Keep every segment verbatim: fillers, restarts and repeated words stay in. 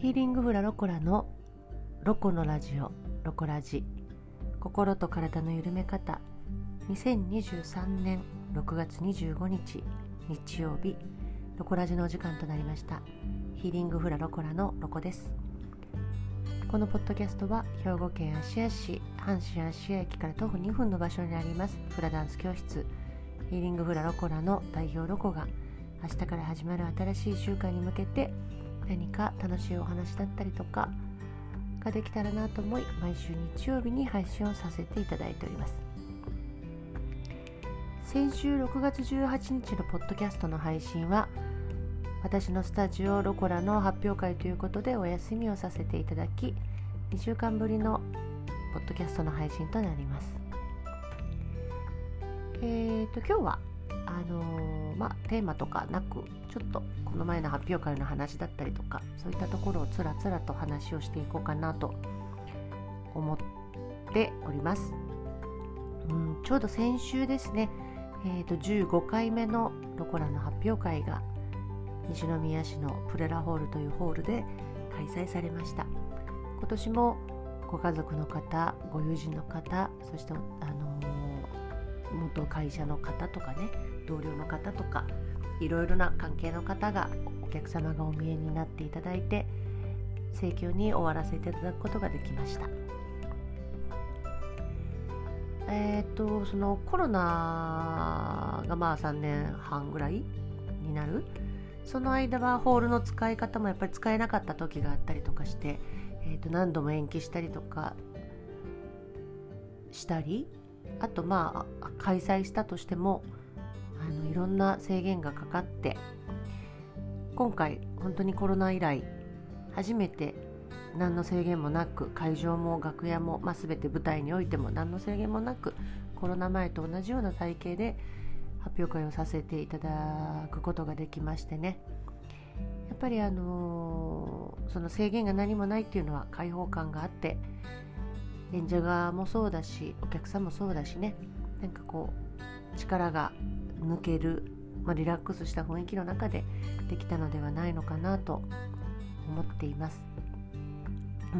ヒーリングフラロコラのロコのラジオ、ロコラジ、心と体の緩め方。にせんにじゅうさんねんろくがつにじゅうごにち日曜日、ロコラジのお時間となりました。ヒーリングフラロコラのロコです。このポッドキャストは兵庫県芦屋市阪神芦屋駅から徒歩にふんの場所にありますフラダンス教室、ヒーリングフラロコラの代表ロコが、明日から始まる新しい週間に向けて何か楽しいお話だったりとかができたらなと思い、毎週日曜日に配信をさせていただいております。先週ろくがつじゅうはちにちのポッドキャストの配信は、私のスタジオロコラの発表会ということでお休みをさせていただき、にしゅうかんぶりのポッドキャストの配信となります。えーと今日はあのー、まあテーマとかなく、ちょっとこの前の発表会の話だったりとか、そういったところをつらつらと話をしていこうかなと思っております。うん、ちょうど先週ですね、えーとじゅうごかいめのロコラの発表会が西宮市のプレラホールというホールで開催されました。今年もご家族の方、ご友人の方、そして、あのー、元会社の方とかね、同僚の方とか、いろいろな関係の方が、お客様がお見えになっていただいて、盛況に終わらせていただくことができました。えーとそのコロナがまあさんねんはんぐらいになる、その間はホールの使い方もやっぱり使えなかった時があったりとかして、えーと何度も延期したりとかしたり、あとまあ開催したとしてもあのいろんな制限がかかって、今回本当にコロナ以来初めて何の制限もなく、会場も楽屋も、まあ、全て舞台においても何の制限もなく、コロナ前と同じような体系で発表会をさせていただくことができましてね、やっぱりあのー、その制限が何もないっていうのは開放感があって、演者側もそうだし、お客さんもそうだしね、なんかこう力が抜ける、まあ、リラックスした雰囲気の中でできたのではないのかなと思っています。うん、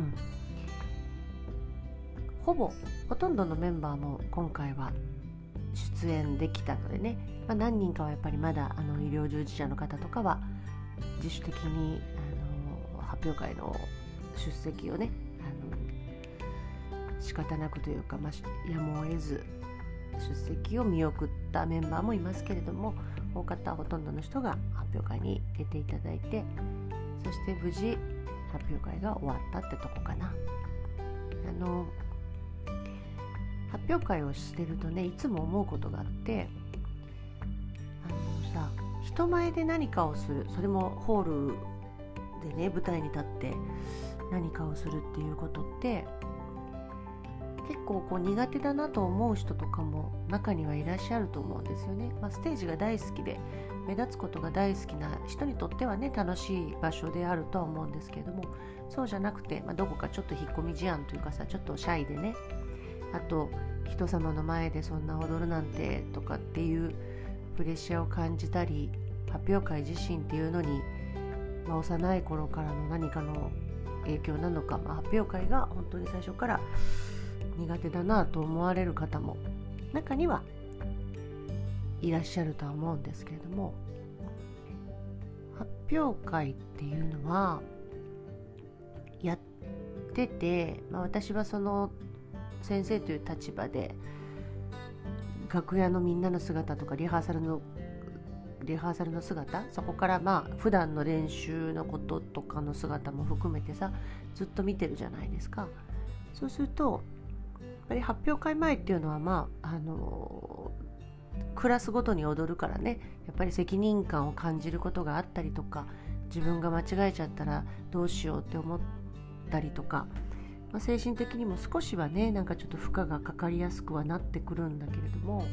ほぼほとんどのメンバーも今回は出演できたのでね、まあ、何人かはやっぱりまだあの医療従事者の方とかは自主的にあの発表会の出席をね、あの仕方なくというか、まあ、やむを得ず出席を見送ったメンバーもいますけれども、大方ほとんどの人が発表会に出ていただいて、そして無事発表会が終わったってとこかな。あの発表会をしてるとね、いつも思うことがあって、あのさ、人前で何かをする、それもホールでね、舞台に立って何かをするっていうことって結構こう苦手だなと思う人とかも中にはいらっしゃると思うんですよね。まあ、ステージが大好きで目立つことが大好きな人にとってはね、楽しい場所であるとは思うんですけれども、そうじゃなくて、まあ、どこかちょっと引っ込み思案というかさ、ちょっとシャイでね、あと人様の前でそんな踊るなんてとかっていうプレッシャーを感じたり、発表会自身っていうのに、まあ、幼い頃からの何かの影響なのか、まあ、発表会が本当に最初から苦手だなと思われる方も中にはいらっしゃるとは思うんですけれども、発表会っていうのはやってて、まあ、私はその先生という立場で楽屋のみんなの姿とかリハーサルのリハーサルの姿、そこからまあ普段の練習のこととかの姿も含めてさ、ずっと見てるじゃないですか。そうするとやっぱり発表会前っていうのは、まああのクラスごとに踊るからね、やっぱり責任感を感じることがあったりとか、自分が間違えちゃったらどうしようって思ったりとか、まあ、精神的にも少しはね、なんかちょっと負荷がかかりやすくはなってくるんだけれども、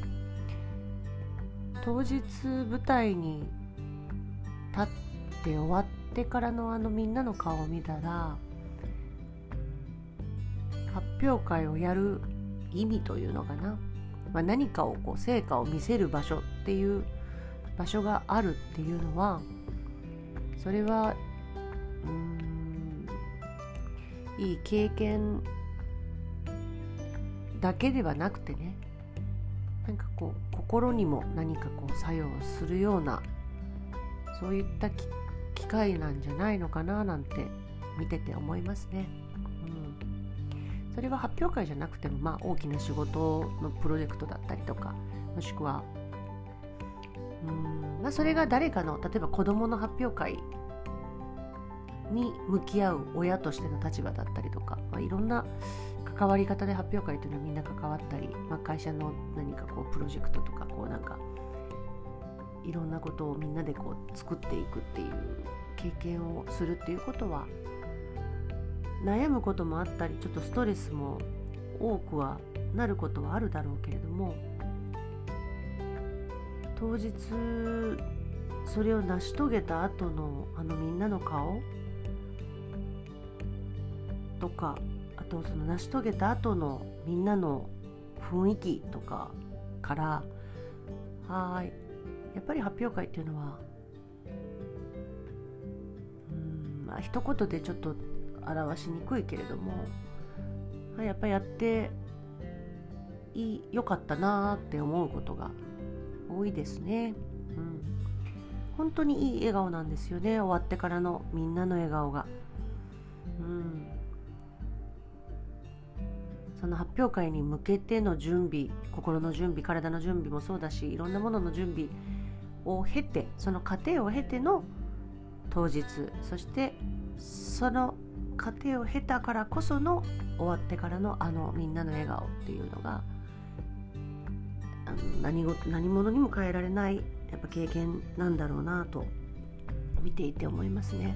当日舞台に立って終わってからのあのみんなの顔を見たら、発表会をやる意味というのかな、まあ、何かをこう成果を見せる場所っていう場所があるっていうのは、それはうーんいい経験だけではなくてね、なんかこう心にも何かこう作用するような、そういったき機会なんじゃないのかななんて見てて思いますね。うん、それは発表会じゃなくても、まあ、大きな仕事のプロジェクトだったりとか、もしくはうん、まあ、それが誰かの例えば子どもの発表会に向き合う親としての立場だったりとか、まあ、いろんな関わり方で発表会というのはみんな関わったり、まあ、会社の何かこうプロジェクトとかこうなんかいろんなことをみんなでこう作っていくっていう経験をするっていうことは、悩むこともあったりちょっとストレスも多くはなることはあるだろうけれども、当日それを成し遂げた後のあのみんなの顔とか、あとその成し遂げた後のみんなの雰囲気とかから、はい、やっぱり発表会っていうのは、うーん、まあ一言でちょっと表しにくいけれども、やっぱりやっていい良かったなって思うことが多いですね。うん、本当にいい笑顔なんですよね、終わってからのみんなの笑顔が。うん、その発表会に向けての準備、心の準備、体の準備もそうだし、いろんなものの準備を経て、その過程を経ての当日、そしてその過程を経たからこその終わってからのあのみんなの笑顔っていうのが、あの 何, 何者にも変えられないやっぱ経験なんだろうなと見ていて思いますね。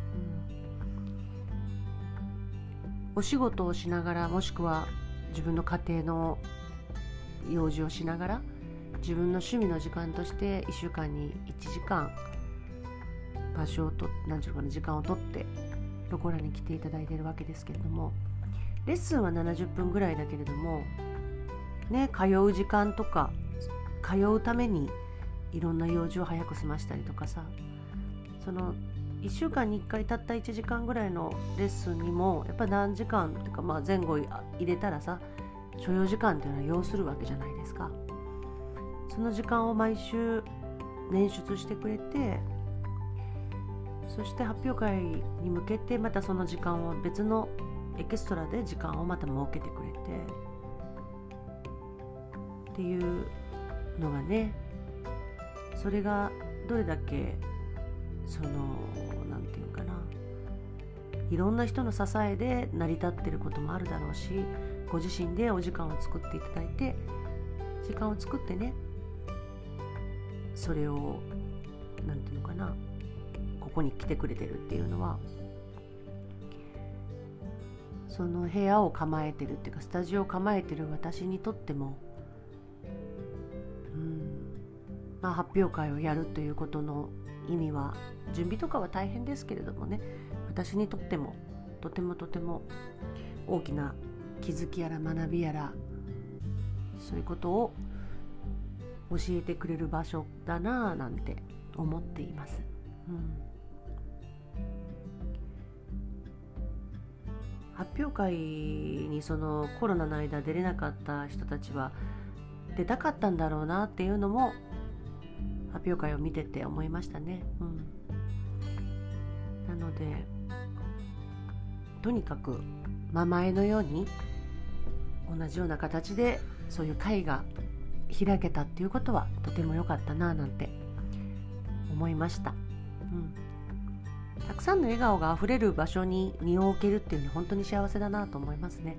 うん、お仕事をしながら、もしくは自分の家庭の用事をしながら、自分の趣味の時間としていっしゅうかんにいちじかん場所をと何ていうかな時間をとってロコラに来ていただいているわけですけれども、レッスンはななじゅっぷんぐらいだけれどもね、通う時間とか通うためにいろんな用事を早く済ましたりとかさ、そのいっしゅうかんにいっかいたったいちじかんぐらいのレッスンにもやっぱ何時間っていうか、まあ前後入れたらさ、所要時間っていうのは要するわけじゃないですか。その時間を毎週捻出してくれて、そして発表会に向けてまたその時間を別のエキストラで時間をまた設けてくれてっていうのがね、それがどれだけそのなんていうかな、いろんな人の支えで成り立ってることもあるだろうし、ご自身でお時間を作っていただいて、時間を作ってね、それをなんていうのかな、ここに来てくれてるっていうのは、その部屋を構えてるっていうかスタジオを構えてる私にとっても、うん、まあ発表会をやるということの意味は、準備とかは大変ですけれどもね、私にとってもとてもとても大きな気づきやら学びやら、そういうことを教えてくれる場所だなぁなんて思っています。うん、発表会にそのコロナの間出れなかった人たちは出たかったんだろうなっていうのも発表会を見てて思いましたね。うん、なのでとにかくママへのように同じような形でそういう会が開けたっていうことはとても良かったななんて思いました。うん、たくさんの笑顔があふれる場所に身を置けるっていうのは本当に幸せだなと思いますね。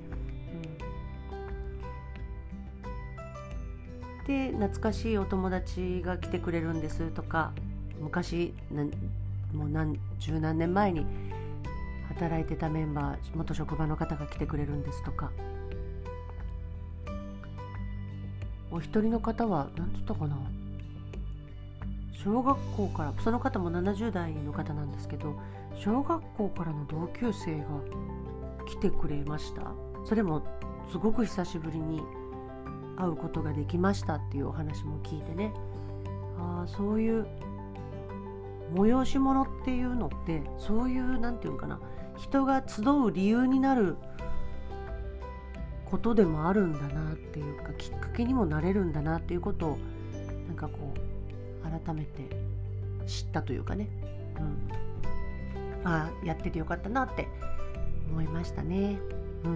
うん、で、懐かしいお友達が来てくれるんですとか、昔なもう何十何年前に働いてたメンバー、元職場の方が来てくれるんですとか、お一人の方は何て言ったかな、小学校から、その方もななじゅう代の方なんですけど、小学校からの同級生が来てくれました。それもすごく久しぶりに会うことができましたっていうお話も聞いてね、ああ、そういう催し物っていうのって、そういうなんていうのかな、 人が集う理由になることでもあるんだなっていうか、きっかけにもなれるんだなっていうことをなんかこう改めて知ったというかね、うん、ああやっててよかったなって思いましたね。うん、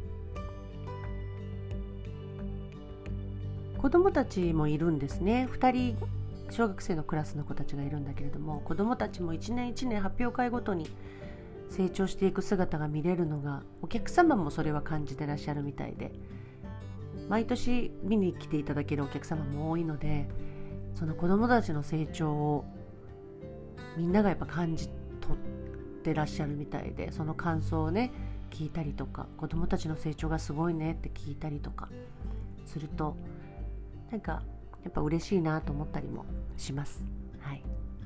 子どもたちもいるんですね。ふたり小学生のクラスの子たちがいるんだけれども、子どもたちも一年一年発表会ごとに成長していく姿が見れるのが、お客様もそれは感じてらっしゃるみたいで、毎年見に来ていただけるお客様も多いので、その子どもたちの成長をみんながやっぱ感じ取ってらっしゃるみたいで、その感想をね聞いたりとか、子どもたちの成長がすごいねって聞いたりとかすると、なんかやっぱ嬉しいなと思ったりもします。はい、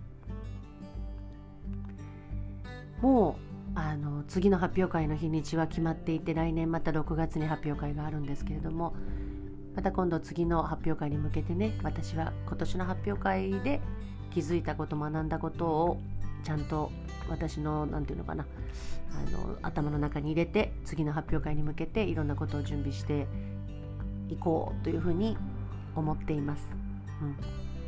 もうあの次の発表会の日にちは決まっていて、来年またろくがつに発表会があるんですけれども、また今度次の発表会に向けてね、私は今年の発表会で気づいたこと、学んだことをちゃんと私のなんていうのかな、あの頭の中に入れて、次の発表会に向けていろんなことを準備していこうというふうに思っています。うん、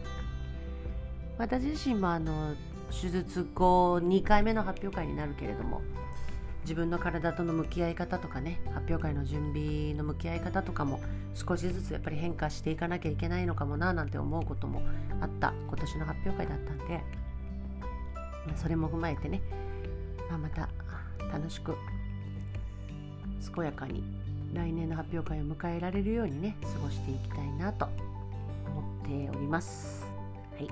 私自身もあの手術後にかいめの発表会になるけれども、自分の体との向き合い方とかね、発表会の準備の向き合い方とかも少しずつやっぱり変化していかなきゃいけないのかもななんて思うこともあった今年の発表会だったんで、それも踏まえてね、まあ、また楽しく健やかに来年の発表会を迎えられるようにね過ごしていきたいなと思っております。はい、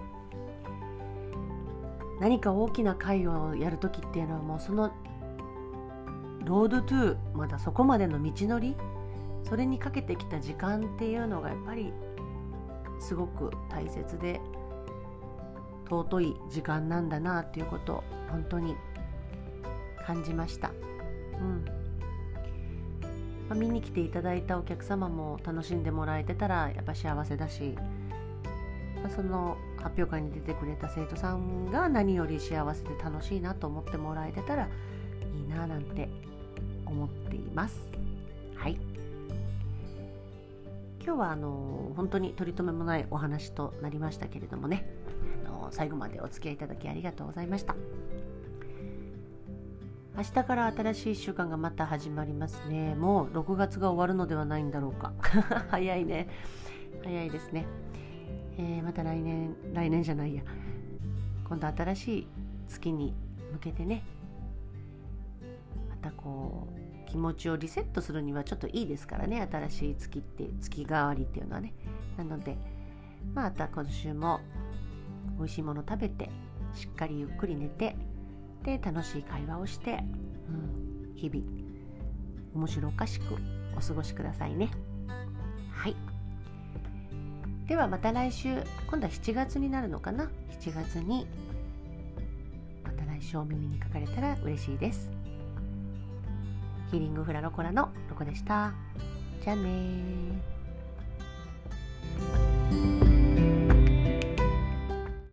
何か大きな会をやるときっていうのは、もうそのロードトゥー、まだそこまでの道のり、それにかけてきた時間っていうのがやっぱりすごく大切で尊い時間なんだなっていうことを本当に感じました。うんまあ、見に来ていただいたお客様も楽しんでもらえてたらやっぱ幸せだし、まあ、その発表会に出てくれた生徒さんが何より幸せで楽しいなと思ってもらえてたらいいななんて思っています。はい、今日はあの本当に取り留めもないお話となりましたけれどもね、あの最後までお付き合いいただきありがとうございました。明日から新しいいっしゅうかんがまた始まりますね。もうろくがつが終わるのではないんだろうか早いね、早いですね。えー、また来年来年じゃないや今度新しい月に向けてね、またこう気持ちをリセットするにはちょっといいですからね、新しい月って月替わりっていうのはね。なのでまた今週も美味しいもの食べて、しっかりゆっくり寝て、で楽しい会話をして、うん、日々面白おかしくお過ごしくださいね。はい、ではまた来週、今度はしちがつになるのかな、しちがつにまた来週お耳にかかれたら嬉しいです。ヒーリングフラロコラのロコでした。じゃあねー。